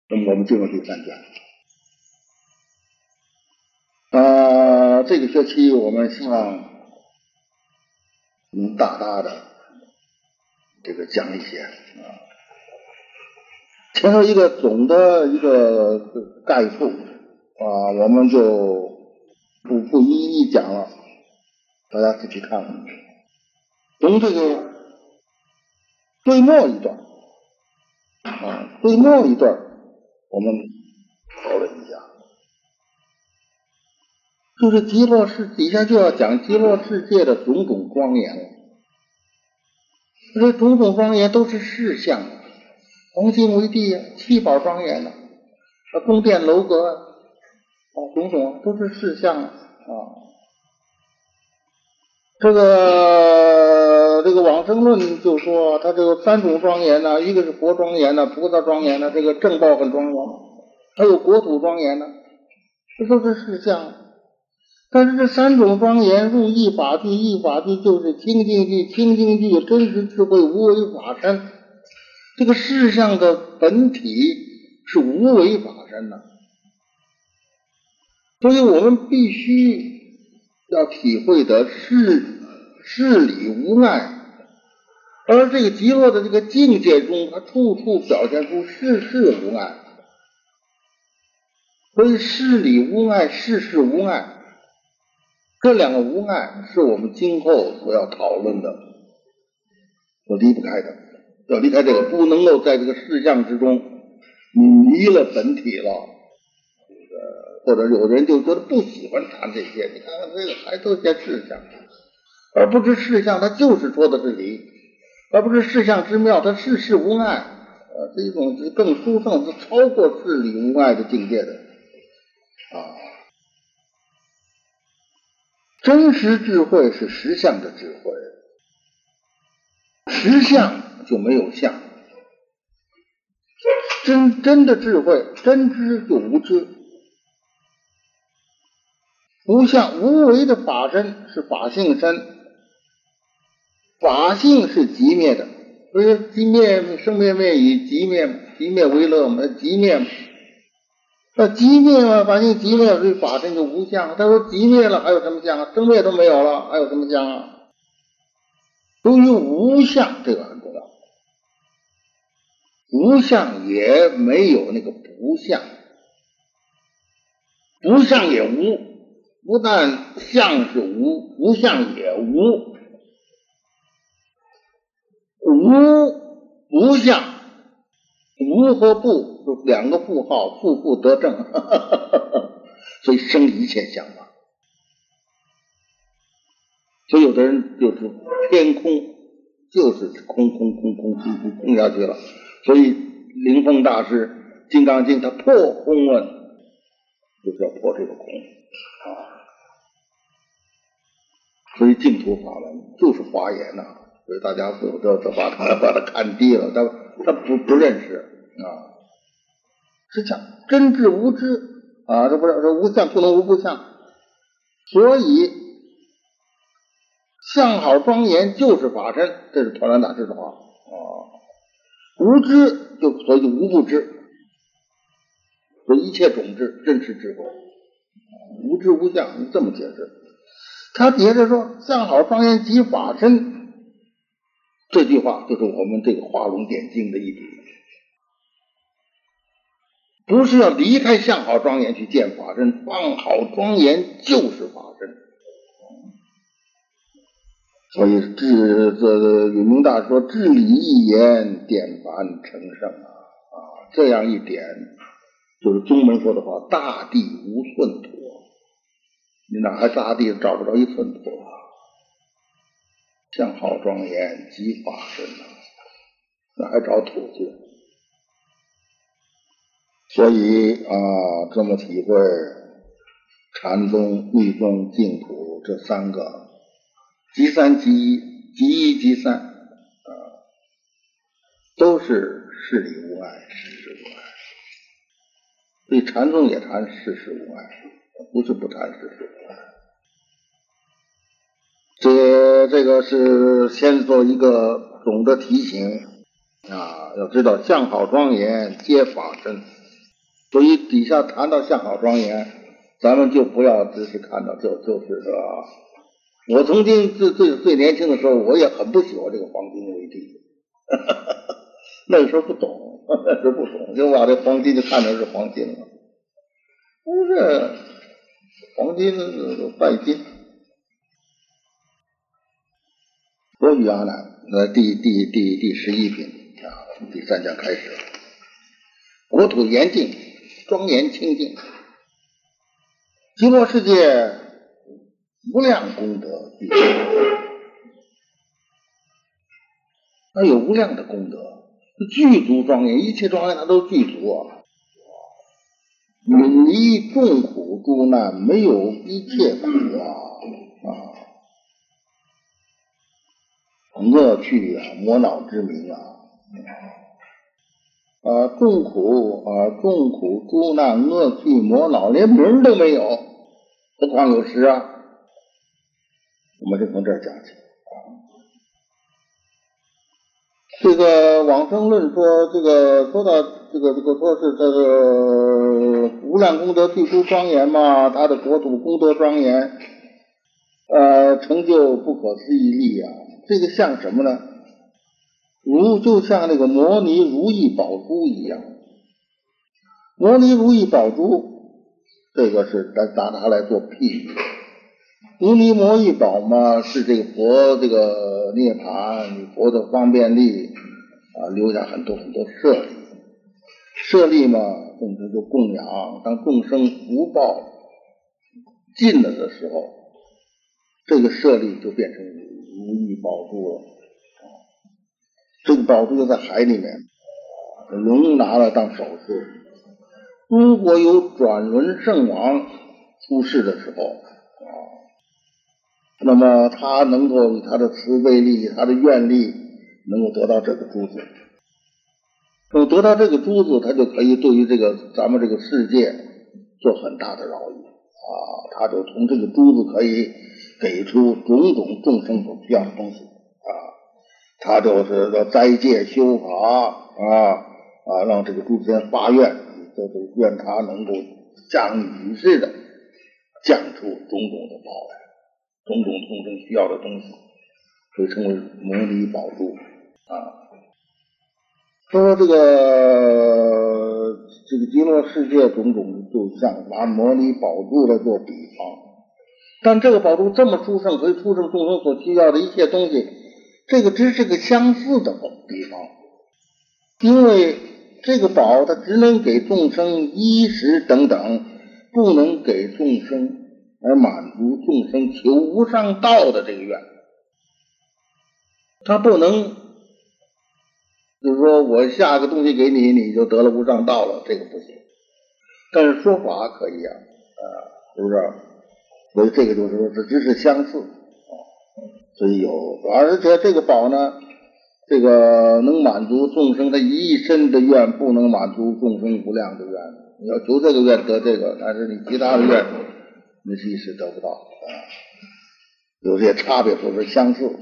那么我们进入第3卷。这个学期我们希望能大大的这个讲一些前头一个总的一个概述我们就不一一讲了，大家自己看看。从这个最末一段我们讨论一下，就是极乐世底下就要讲极乐世界的种种庄严了。这种种庄严都是事相啊，黄金为地啊，七宝庄严啊，宫殿楼阁啊，种种都是事相啊。这个往生论就说他这个3种庄严呢，一个是佛庄严呢，菩萨庄严呢，这个正报很庄严，还有国土庄严呢，这都是事相。但是这3种庄严入一法句，一法句就是清净句，清净句真实智慧无为法身，这个事相的本体是无为法身呢。所以我们必须要体会的事理无碍，而这个极乐的这个境界中，它处处表现出事事无碍。所以事理无碍，事事无碍，这2个无碍是我们今后所要讨论的，所离不开的，要离开这个，不能够在这个事相之中你迷了本体了。或者有人就觉得不喜欢谈这些，你看看这个还都些事相，而不知事相它就是说的是理，而不是事相之妙，它事事无碍，是一种更殊胜，是超过事理无碍的境界的真实智慧是实相的智慧，实相就没有相，真的智慧，真知就无知。无相无为的法身是法性身，法性是寂灭的，所以寂灭生灭灭以寂灭为乐嘛，寂灭嘛，那寂灭嘛，法性寂灭，所以法身就无相。他说寂灭了还有什么相啊？生灭都没有了，还有什么相啊？由于无相，这个很重要，无相也没有那个不相，不相也无，不但相是无，不相也无，无相，无和不就2个负号，负得正，所以生一切相嘛。所以有的人就是偏空，就是空下去了。所以灵峰大师《金刚经》他破空论，就是要破这个空所以净土法门就是华严所以大家不要把它看低了，他不认识实际上真智无知这不是无相不能无不相，所以相好庄严就是法身，这是团然大师的话无知所以就无不知，所以一切种智真实智慧，无知无相，你这么解释。他底下是说相好庄严即法身，这句话就是我们这个华龙点睛的一笔，不是要离开相好庄严去见法身，放好庄严就是法身。所以永明大说至理一言，典范成圣这样一点就是宗门说的话，大地无寸土，你哪还大地找不着一寸土相好庄严即法身哪还找土去？所以这么体会禅宗、密宗、净土这3个即三即一，即一即三都是事理无碍，事事无碍。所以禅宗也谈事事无碍，不是不谈事事无碍。这个是先做一个总的提醒要知道相好庄严皆法身， 所以底下谈到相好庄严，咱们就不要只是看到就是说，我曾经最年轻的时候，我也很不喜欢这个黄金为地，那个时候不懂，那时候不懂，就把这黄金就看成是黄金了。不是黄金拜金。国语阿难，第11品啊，第3讲开始了。国土严净，庄严清净，极乐世界无量功德具足，它有无量的功德，具足庄严，一切庄严它都具足啊。远离众苦诸难，没有一切苦恶趣魔恼之名众苦诸难恶趣魔恼连名都没有，何况有实啊？我们就从这儿讲起这个往生论说，这个说到这个说是这个无量功德具足庄严嘛，他的国土功德庄严，成就不可思议力啊。这个像什么呢？就像那个摩尼如意宝珠一样。摩尼如意宝珠，这个是拿它来做譬喻。如尼摩一宝嘛，是这个佛这个涅槃，佛的方便力留下很多舍利。舍利嘛，众生就供养，当众生福报尽了的时候，这个舍利就变成如意宝珠了。这个宝珠就在海里面，龙拿了当首饰。如果有转轮圣王出世的时候那么他能够以他的慈悲力、他的愿力，能够得到这个珠子。那么得到这个珠子，他就可以对于咱们这个世界做很大的饶益他就从这个珠子可以给出种种众生所需要的东西他就是说斋戒修法让这个诸天发愿，就是愿他能够降雨似的降出种种的宝来，种种众生需要的东西，所以称为摩尼宝珠说这个极乐世界种种，就像拿摩尼宝珠来做比方，但这个宝珠这么殊胜，可以出生众生所需要的一切东西，这个只是个相似的比方，因为这个宝它只能给众生衣食等等，不能给众生而满足众生求无上道的这个愿，它不能就是说我下个东西给你，你就得了无上道了，这个不行。但是说法可以是不是？所以这个就是说这只是相似所以而且这个宝呢，这个能满足众生他一生的愿，不能满足众生无量的愿。你要求这个愿得这个，但是你其他的愿你是一时得不到有些差别，说是相似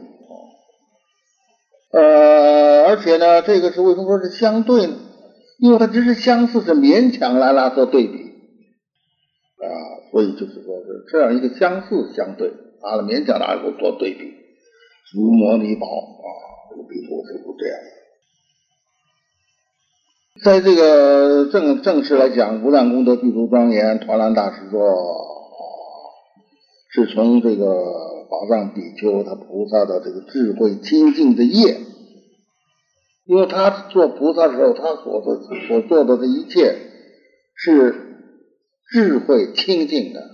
而且呢，这个是为什么说是相对呢？因为它只是相似，是勉强来做对比所以就是说是这样一个相似相对勉强拿来做对比，如摩尼宝这个比图是这样。在这个正式来讲，无量功德具足庄严，团瀾大师说是从这个法藏比丘他菩萨的这个智慧清净的业，因为他做菩萨的时候，他所做的这一切是智慧清净的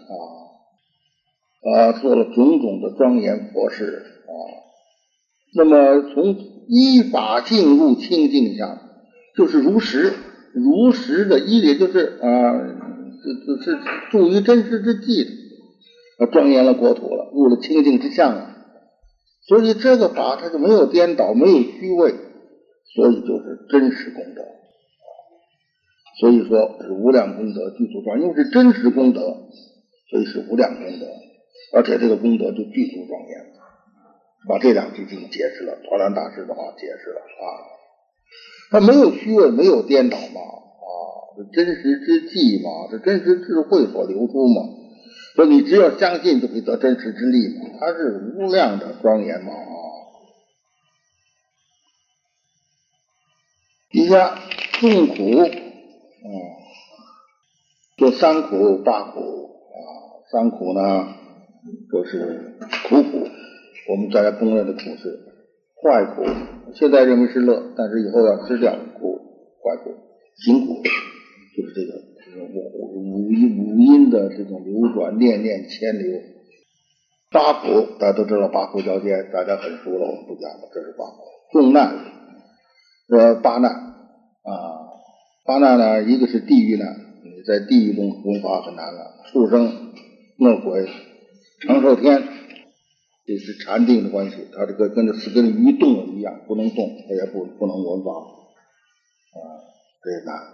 做了种种的庄严佛事那么从依法进入清净上，就是如实的依，也就是是住于真实之际的庄严了国土了，入了清净之相所以这个法它就没有颠倒，没有虚伪，所以就是真实功德所以说是无量功德具足庄严，因为是真实功德，所以是无量功德，而且这个功德就具足庄严了。把这两句经解释了，团瀾大师的话解释了他没有虚伪，没有颠倒嘛是真实之际嘛，是真实智慧所流出嘛。说你只要相信就可以得真实之力嘛，它是无量的庄严嘛。底下众苦就三苦八苦三苦呢就是苦，我们大家公认的苦是坏苦，现在认为是乐，但是以后要吃掉坏苦。行苦就是这个五阴的这种流转，念念牵流。八苦大家都知道，八苦交接，大家很熟了，我们不讲了，这是八苦。众难八难八难呢，一个是地狱难，你在地狱中文法很难了，畜生、恶鬼、长寿天，这是禅定的关系，它这个跟鱼动一样，不能动，它也不能文法这也难。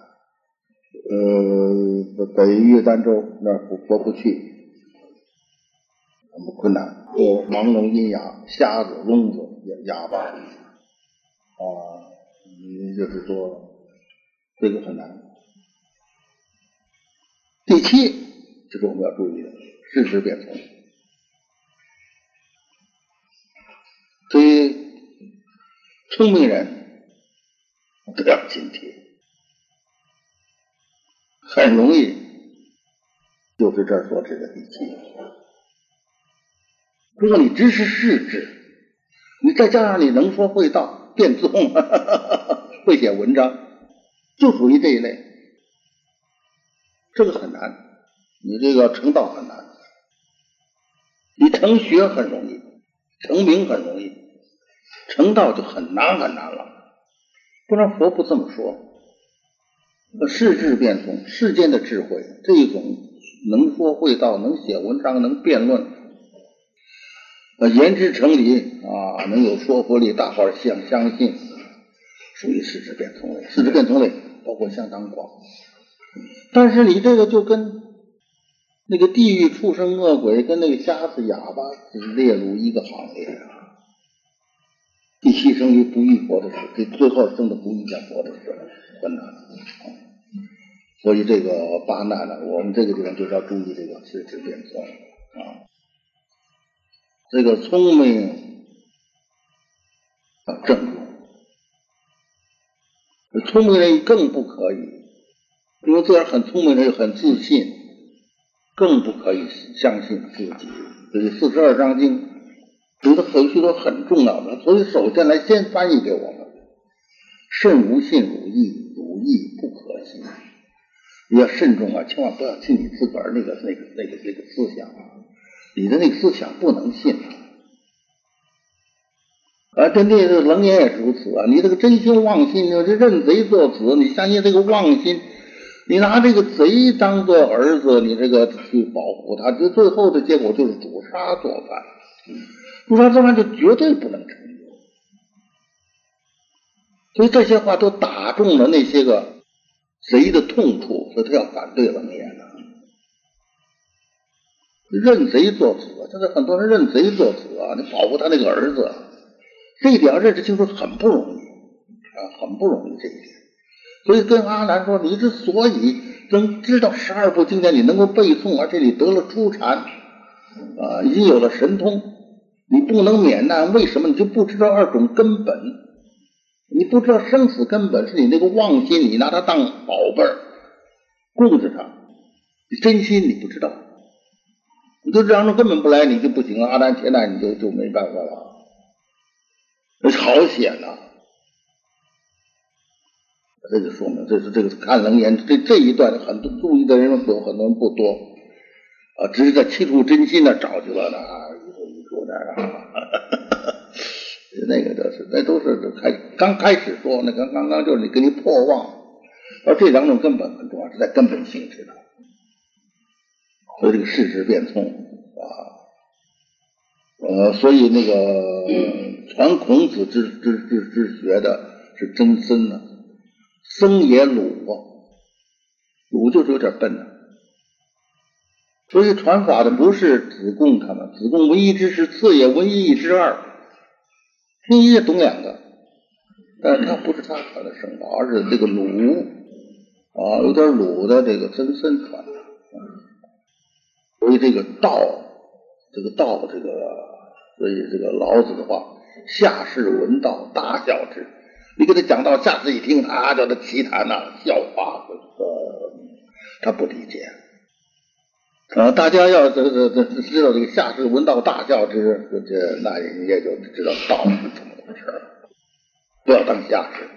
北岳丹州那过不去，很困难。盲聋阴哑、瞎子、聋子、哑巴就是说这个很难。第七就是我们要注意的事实变通。所以聪明人都要警惕，很容易就是这儿所指的第七。如果你知识事智，你再加上你能说会道辩纵会写文章，就属于这一类，这个很难，你这个成道很难，你成学很容易，成名很容易，成道就很难了。不然佛不这么说，世智辩通，世间的智慧，这种能说会道，能写文章，能辩论，言之成理能有说服力，大伙儿相信，属于世智辩通类。世智辩通类包括相当广，但是你这个就跟那个地狱畜生恶鬼跟那个瞎子哑巴列入一个行列第七生于不遇佛的事，这最后生的不遇见佛的事很难所以这个八难呢，我们这个地方就是要注意这个世智辩通这个聪明正用，聪明人更不可以，因为这样很聪明人很自信，更不可以相信自己。所以42章经有的很许多很重要的，所以首先来先翻译给我们：慎无信汝意，汝意不可信。你要慎重千万不要信你自个儿那个思想你的那个思想不能信这那个楞严也是如此你这个真心妄心，你这认贼作子，你相信这个妄心，你拿这个贼当做儿子，你这个去保护他，这最后的结果就是主杀作犯，主杀作犯就绝对不能成就。所以这些话都打中了那些个贼的痛处，所以他要反对楞严认贼作子，现在很多人认贼作子你保护他那个儿子，这一点要认识清楚很不容易很不容易这一点。所以跟阿难说，你之所以能知道12部经典，你能够背诵，而且你得了初禅已经有了神通，你不能免难，为什么？你就不知道2种根本，你不知道生死根本是你那个妄心，你拿它当宝贝儿供着它，你真心你不知道，你就这2种根本不来，你就不行了，阿难切难你就没办法了，那好险这就说明这个看楞严这一段很多注意的人有很多人不多只是在七处真心那找去了一处那个那都是刚开始说那刚就是你给你破妄，而这2种根本很重要，是在根本性质的。所以这个事实变通所以那个传孔子之学的是真僧僧也鲁鲁就是有点笨所以传法的不是子贡他们，子贡闻一之十，次也闻一之二，听一也懂2个，但是他不是他传的圣道，而是这个鲁有点鲁的这个曾参传的。所以这个道，所以这个老子的话，下士闻道，大笑之。你给他讲道，下士一听，叫他奇谈笑话，他不理解。大家要知道这个下士闻道，大笑之，那人家就知道道是怎么回事了。不要当下士，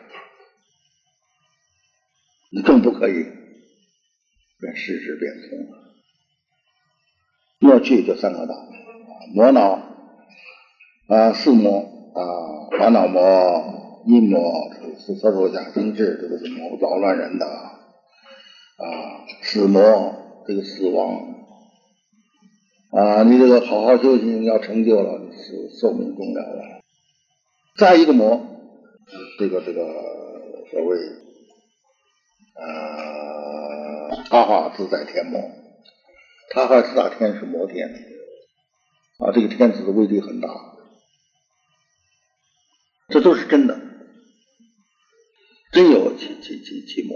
你更不可以变世事变通了。过去就三个道：魔脑四魔烦恼魔、阴魔、色受想行识，这个是魔，扰乱人的死魔，这个死亡你这个好好修行要成就了，你寿命终了了。再一个魔，这个所谓他化自在天魔。他化四大天是魔天这个天子的威力很大，这都是真的，真有其魔。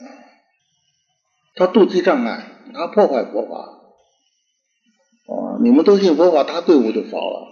他妒忌障碍，他破坏佛法你们都信佛法，他队伍就少了。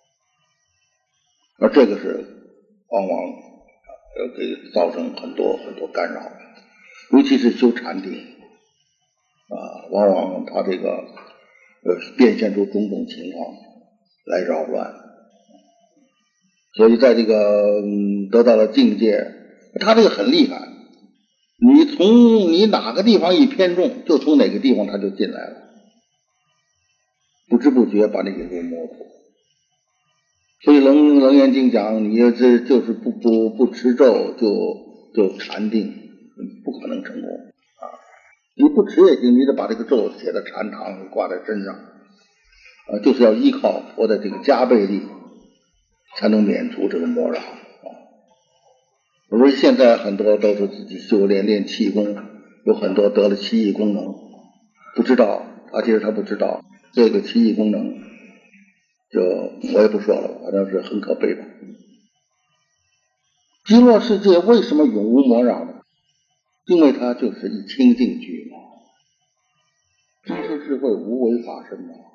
而这个是往往给造成很多干扰，尤其是修禅定往往他这个变现出种种情况来扰乱。所以在这个得到了境界，他这个很厉害，你哪个地方一偏重，就从哪个地方他就进来了，不知不觉把你给模糊。所以楞严经讲，你要就是不持咒就禅定，不可能成功你不持也行，你得把这个咒写在禅堂挂在身上就是要依靠佛的这个加倍力，才能免除这个魔扰我说现在很多都是自己修练气功，有很多得了奇异功能，不知道其实他不知道这个奇异功能，我也不说了，反正是很可悲吧。极乐世界为什么永无魔扰呢？因为它就是一清净具嘛，真实智慧无为法身嘛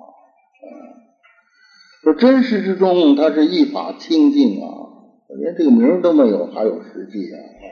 说真实之中它是一法清净连这个名都没有，还有实际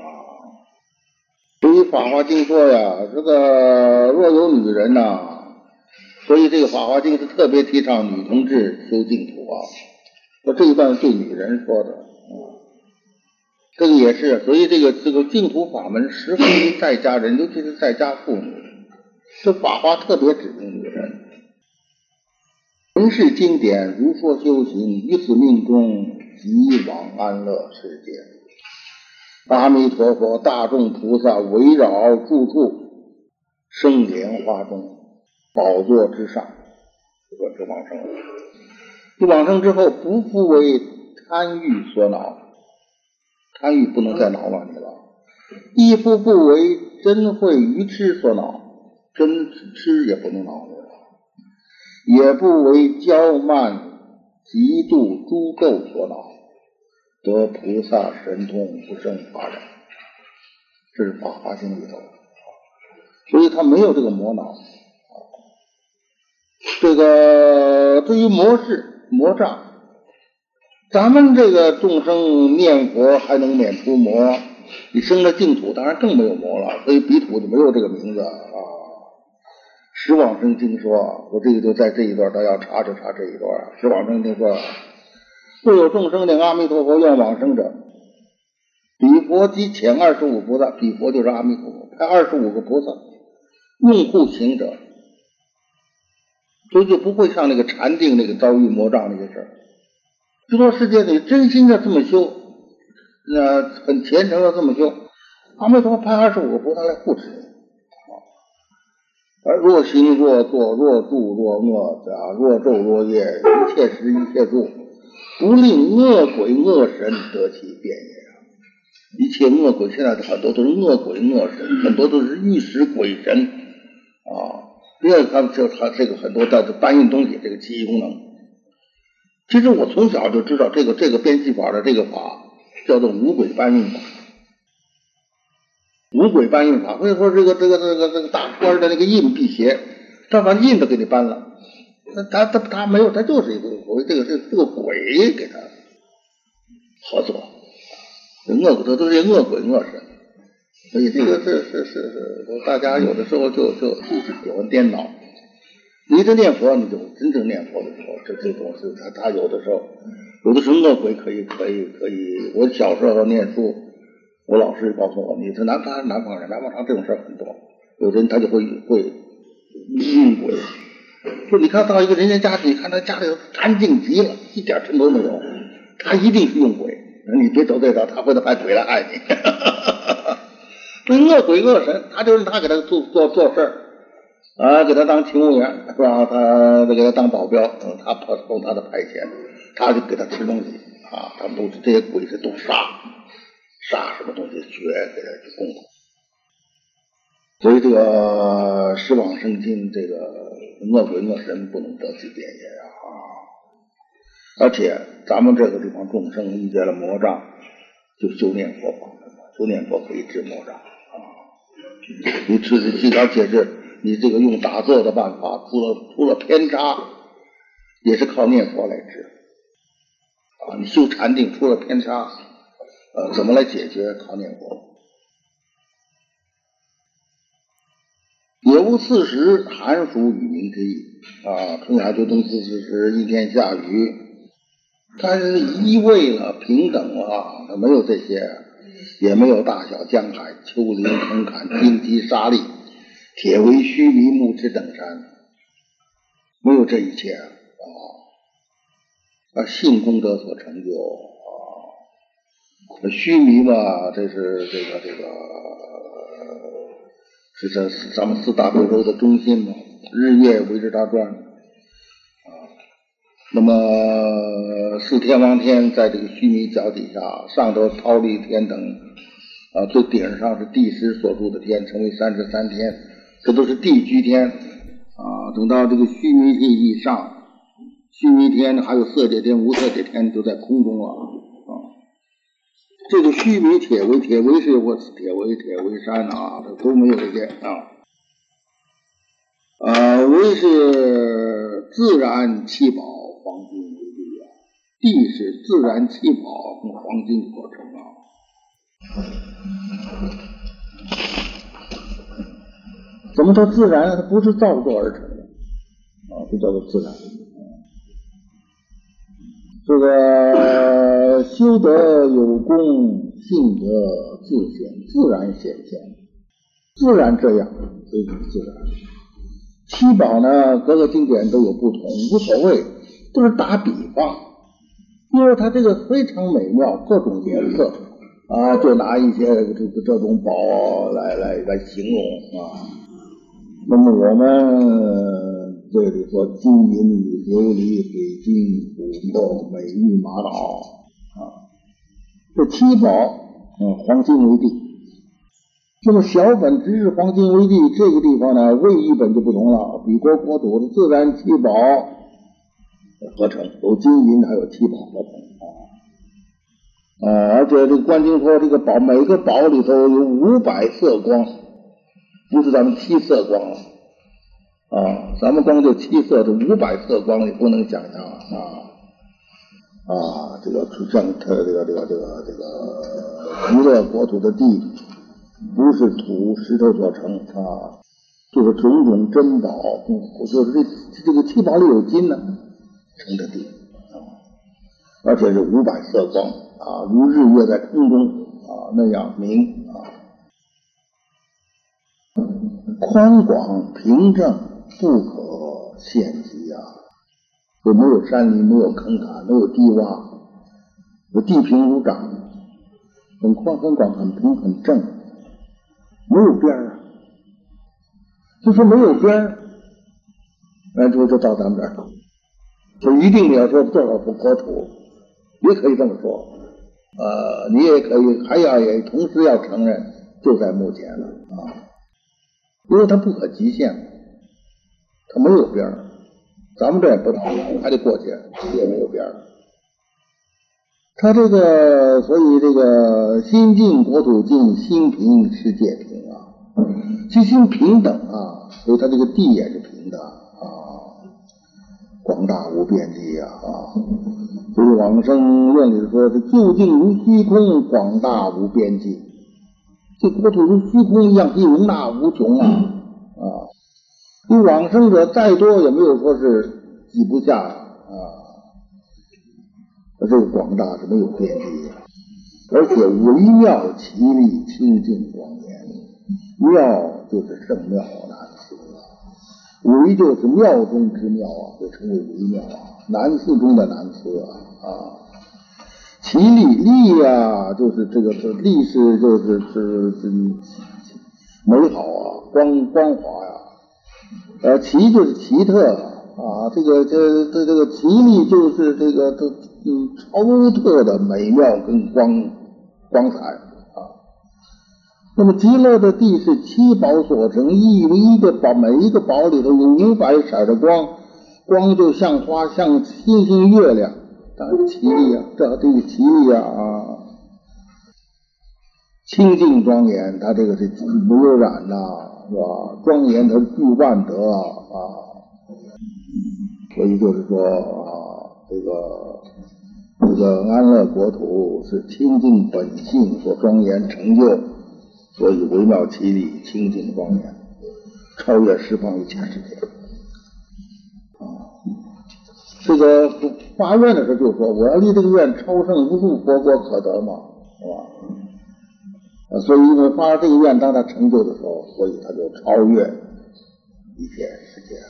所以法华经说这个若有女人所以这个法华经是特别提倡女同志修净土说这一段是对女人说的这个也是，所以这个净土法门适合于在家人，尤其是在家妇女，这法华特别指明女人。人世经典如说修行，于此命中即往安乐世界。阿弥陀佛大众菩萨围绕住处，生莲花中，宝座之上，就往生了。就往生之后，不复为贪欲所恼，贪欲不能再恼乱你了，亦复不为嗔恚愚痴所恼，嗔痴也不能恼你了，也不为骄慢嫉妒诸垢所恼，得菩萨神通不胜法忍。这是法华经里头，所以他没有这个魔恼。这个对于魔事魔障，咱们这个众生念佛还能免除魔，你生了净土当然更没有魔了，所以彼土就没有这个名字十往生经说，我这个就在这一段，大家要查就查这一段十往生经说，若有众生念阿弥陀佛愿往生者，彼佛即遣25菩萨，彼佛就是阿弥陀佛，派25个菩萨用护行者，所以就不会像那个禅定那个遭遇魔障那些事儿。极乐世界里真心的这么修，很虔诚的这么修，阿弥陀佛派25个菩萨来护持你。而若行若坐若住若卧若昼若夜，一切时一切处，不令恶鬼恶神得其便也。一切恶鬼现在很多都是恶鬼恶神，很多都是御史鬼神因为他们这个很多在搬运东西这个奇异功能。其实我从小就知道这个变戏法的这个法叫做五鬼搬运法。 五鬼搬运法，所以说这个大官的那个印辟邪，他把印都给你搬了，他没有，他就是一个鬼，这个鬼给他合作，这都是恶鬼恶神，所以这个是大家有的时候就喜欢颠倒。你这念佛，你就真正念佛的时候，这种是他有的时候恶鬼可以。我小时候念书，我老师告诉我，你是南方人，南方上这种事很多，有的人他就会运鬼。说你看到一个人家家，你看他家里干净极了，一点尘都没有，他一定是用鬼，你别走这道，他会派鬼来害你。恶鬼恶神，他就是他给他做事儿。给他当勤务员是吧？他给他当保镖，他受他的派遣，他就给他吃东西啊。他们都是这些鬼是都杀什么东西，血给他去供奉。所以这个失往生亲，这个恶鬼恶神不能得其便也啊！而且咱们这个地方众生遇见了魔障，就修炼佛法，修炼佛可以治魔障啊。你而且是。你这个用打坐的办法，出了偏差，也是靠念佛来治啊。你修禅定出了偏差，怎么来解决？靠念佛。也无四时，寒暑与鸣之意啊。春夏秋冬4时，一天下雨，它是一味了，平等了，它没有这些，也没有大小江海、丘陵坑坎、荆棘沙砾。铁围须弥木之等山，没有这一切性功德所成就须弥嘛，这是是咱们4大部洲的中心嘛，日月围着它转那么4天王天在这个须弥脚底下，上头忉利天等最顶上是地师所住的天，称为33天。这都是地居天等到这个须弥地以上，须弥天还有色界天、无色界天都在空中这个须弥铁围是或铁围山这都没有这些围是自然七宝，黄金为地地是自然七宝跟黄金所成怎么叫自然？它不是造作而成的这叫做自然。这个修德有功，性德自显，自然显现，自然这样，所以是自然。七宝呢，各个经典都有不同，无所谓，都是打比方，因为它这个非常美妙，各种颜色就拿一些这种宝来形容那么我们这里说金银琉璃水晶琥珀美玉玛瑙这七宝黄金为地。那么小本直至黄金为地，这个地方呢魏一本就不同了，比国国土的自然七宝合成，有金银还有七宝合成而且这个观经说这个宝每个宝里头有500色光，不是咱们7色光咱们光就7色，这500色光也不能想象这个像它这个极乐国土的地不是土石头所成就是种种珍宝就是这个七宝里有金呢成的地而且是500色光如日月在空中那样明宽广平正不可限极就没有山林，没有坑坎，没有低洼，有地平如掌，很宽很广很平很正，没有边就说没有边就到咱们这儿就一定要说多少幅国土，也可以这么说你也可以还要也同时要承认就在目前了因为它不可极限，它没有边咱们这也不到，还得过去，也没有边他这个，所以这个心净国土净，心平世界平啊，其心平等啊，所以他这个地也是平的啊，广大无边际啊。所以往生论里说是究竟如虚空，广大无边际，这国土如虚空一样，可以容纳无穷啊。你往生者再多也没有说是挤不下啊，这个广大是没有边际的，而且微妙奇丽清净庄严，妙就是圣妙难思啊，微就是妙中之妙啊，被称为微妙啊，难思中的难思啊。奇丽丽啊，就是这个丽是就是美好啊，光华呀，奇就是奇特啊，这个奇丽就是这个超特的美妙跟光彩啊。那么极乐的地是七宝所成，一个宝，每一个宝里头有500色的光就像花，像星星月亮，当然奇丽啊，这地奇丽啊，清净庄严，它这个是无有染呐，是吧？庄严它具万德啊，所以就是说这个安乐国土是清净本性所庄严成就，所以微妙奇丽，清净庄严，超越十方一切世界。这个发愿的时候就说，我要立这个愿，超胜无数佛国可得嘛，是吧？所以因为发这个愿，当他成就的时候，所以他就超越一切世界。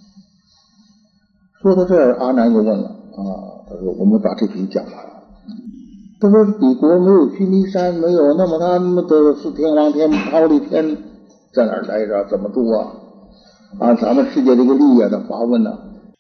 说到这儿，阿难又问了他说我们把这题讲完了。他说彼国没有须弥山，没有，那么他们的四天王天、忉利天在哪儿待着？怎么住啊？咱们世界这个利益的发问呢？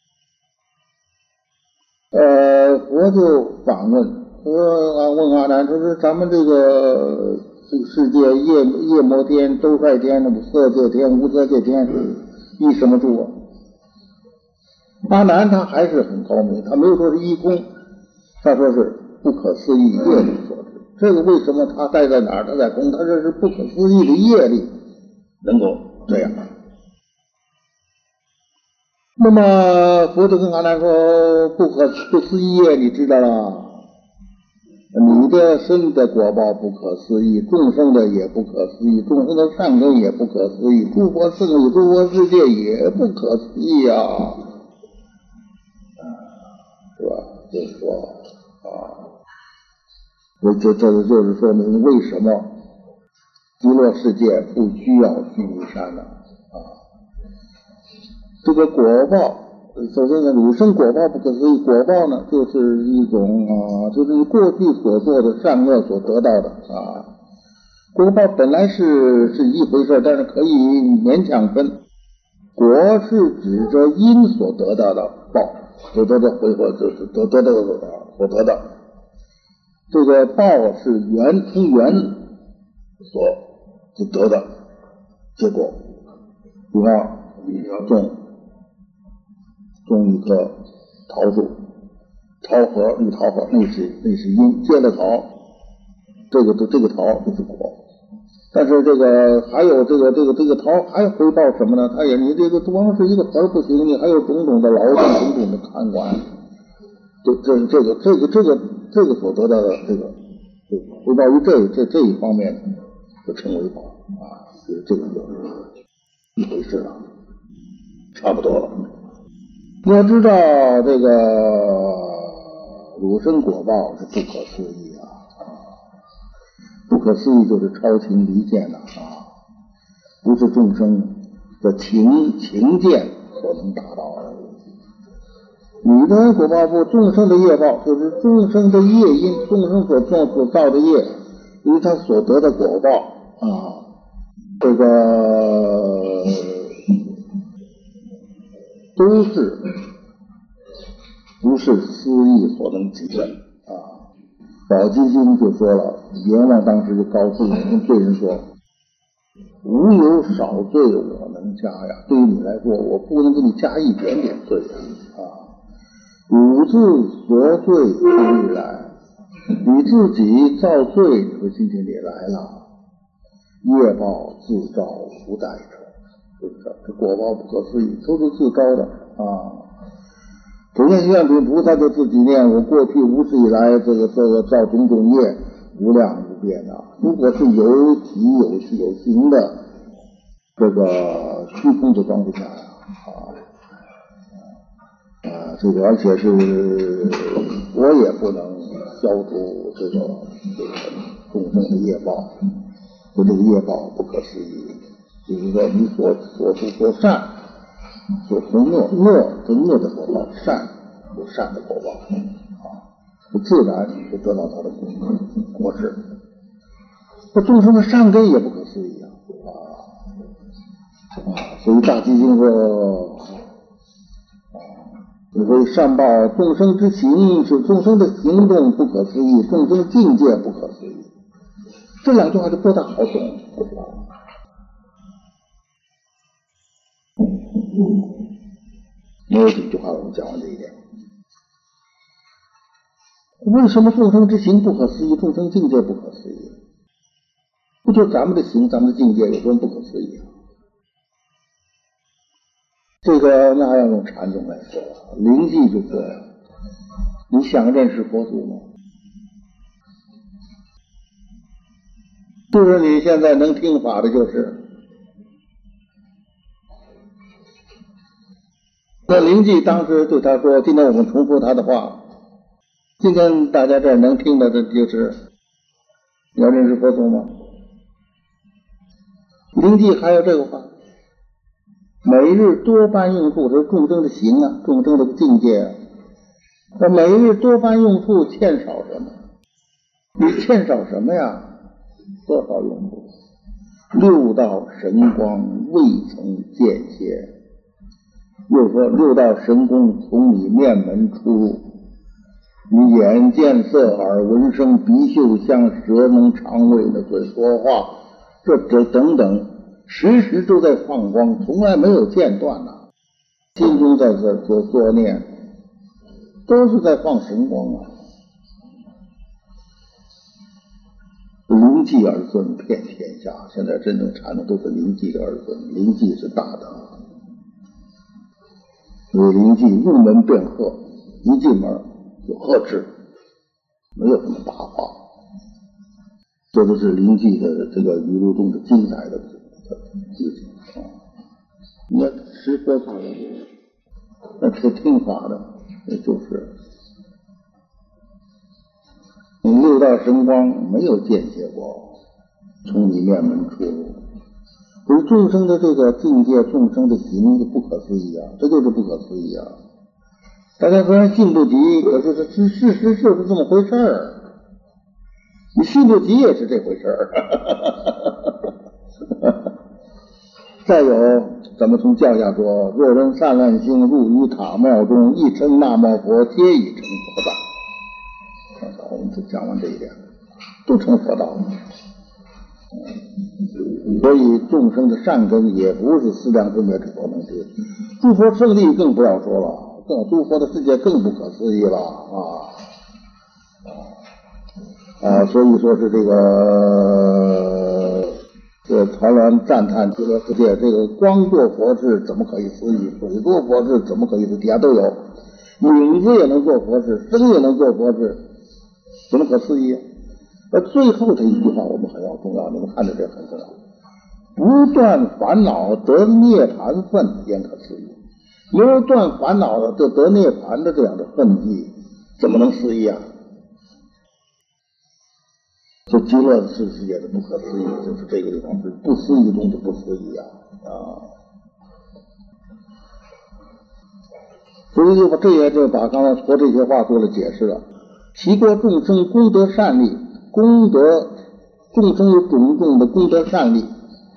佛就反问问阿难，说是咱们这个世界夜摩天、兜率天、色界天、无色界天，依什么住啊？阿难他还是很高明，他没有说是依空，他说是不可思议业力所致。这个为什么他待在哪儿？他在空，他这是不可思议的业力能够这样。那么佛就跟阿难说，不思议业你知道了，你的身的果报不可思议，众生的也不可思议，众生的善根也不可思议，诸佛圣理、诸佛世界也不可思议啊，是吧？就是说这就是说明为什么极乐世界不需要须弥山呢？这个果报，首先呢，汝生果报不可思议。果报呢，就是一种就是你过去所做的善恶所得到的果报本来是一回事，但是可以勉强分。果是指着因所得到的报，所得的回报就是所得的。这个报是从缘所得的结果。比方你要种一棵桃树，绿桃核，那是因，结了桃，这个桃就是果。但是这个还有这个桃还回报什么呢？它也你这个光是一个核不行，你还有种种的劳动，种种的看管，这个所得到的这个回报于这一方面就称为报就是这个就是一回事了，差不多了。你要知道这个汝生果报是不可思议不可思议就是超情离见不是众生的情见所能达到的。你的果报不，众生的业报就是众生的业因，众生所造的业，因为他所得的果报这个都是不是思议所能及的宝积经就说了，阎王当时就告诉跟罪人说，无有少罪我能加呀，对于你来说我不能给你加一点点罪5次所罪之日来， 你自己造罪，你说今天你来了，业报自招不待者，是不是？这果报不可思议，都是自招的啊。普贤行愿品菩萨就自己念：我过去无始以来，这个造种种业，无量无边啊。如果是有体有形的，这个虚空就装不下呀这个而且是我也不能消除这个众生的业报，说这个业报不可思议，就是说你所做所善，所从恶的果报，善有善的果报自然就得到他的果实。这众生的善根也不可思议所以大基经说你会善报众生之行，是众生的行动不可思议，众生境界不可思议。这两句话就不大好懂，没有几句话我们讲完这一点。为什么众生之行不可思议，众生境界不可思议？不就咱们的行，咱们的境界有什么不可思议这个那要用禅宗来说了，灵寂就说呀，你想认识佛祖吗？就是你现在能听法的，就是那灵寂当时对他说，今天我们重复他的话，今天大家这儿能听到的就是你要认识佛祖吗？灵寂还有这个话，每日多般用处，这是众生的行众生的境界那每日多般用处欠少什么？你欠少什么呀？多少用处？六道神光未曾见歇，又说六道神功从你面门出入，你眼见色耳闻声鼻嗅香舌能肠胃的嘴说话，这等等时时都在放光，从来没有间断心中在这作念，都是在放神光灵寂而尊遍天下，现在真正禅的都是灵寂而尊，灵寂是大的，所以灵寂入门便喝，一进门就呵斥，没有什么大话，这都是灵寂的这个语录中的精彩的句子你要识佛法的，那是听法的，那就是六道神光没有间歇过，从你面门出入。可是众生的这个境界，众生的行就不可思议这就是不可思议大家虽然信不及，可是事实就是这么回事你信不及也是这回事再有，咱们从教下说，若人善乱心入于塔庙中，一称那么佛，皆已成佛道。我们就讲完这一点，都成佛道了。所以众生的善根也不是思量分别之所能知，诸佛圣力更不要说了，诸佛的世界更不可思议了所以说是这个曹鸾赞叹极乐世界，这个光做佛事怎么可以思议，水做佛事怎么可以思议，底下都有，影子也能做佛事，声也能做佛事，怎么可思议而最后这一句话我们很要重要，你们看着这很重要，不断烦恼得涅槃分焉可思议，没有断烦恼的就得涅槃的这样的分际，怎么能思议这极乐的世界的不可思议，就是这个地方是不思议中的不思议所以这也就把刚才说这些话做了解释了。其过众生功德善利，众生有种种的功德善利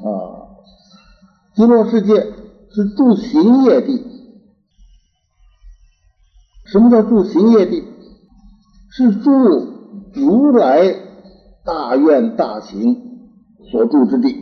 极乐世界是住行业地。什么叫住行业地？是住如来大愿大行所住之地。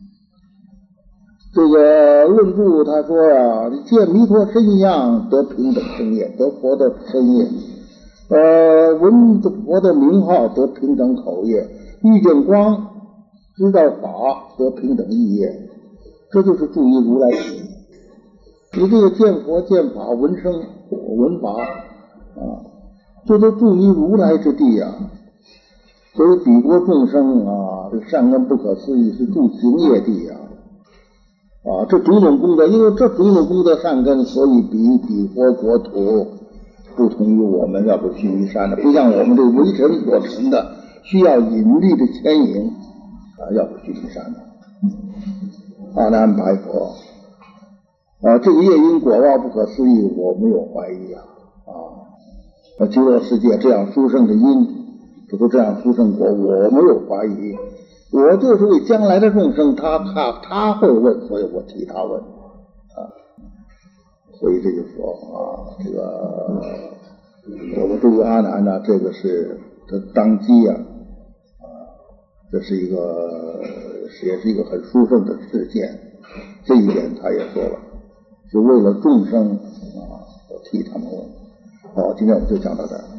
这个论著他说你见弥陀身相得平等身业，得佛的身业， 闻佛的名号得平等口业，遇见光知道法得平等意业，这就是注意如来体。你这个见佛见法闻声闻法这都注意如来之地所以彼国众生这个善根不可思议，是助行业地这种种功德，因为这种种功德善根，所以彼国国土不同于我们要不须弥山的，不像我们这个为尘所成的需要引力的牵引要不须弥山的。阿难白佛这个业因果报不可思议，我没有怀疑极乐世界这样殊胜的因，这都这样殊胜果，我没有怀疑。我就是为将来的众生，他会问，所以我替他问所以这就说这个我们对于阿难呢，这个是他当机这是一个也是一个很殊胜的事件，这一点他也说了，是为了众生我替他们问。好，今天我们就讲到这儿。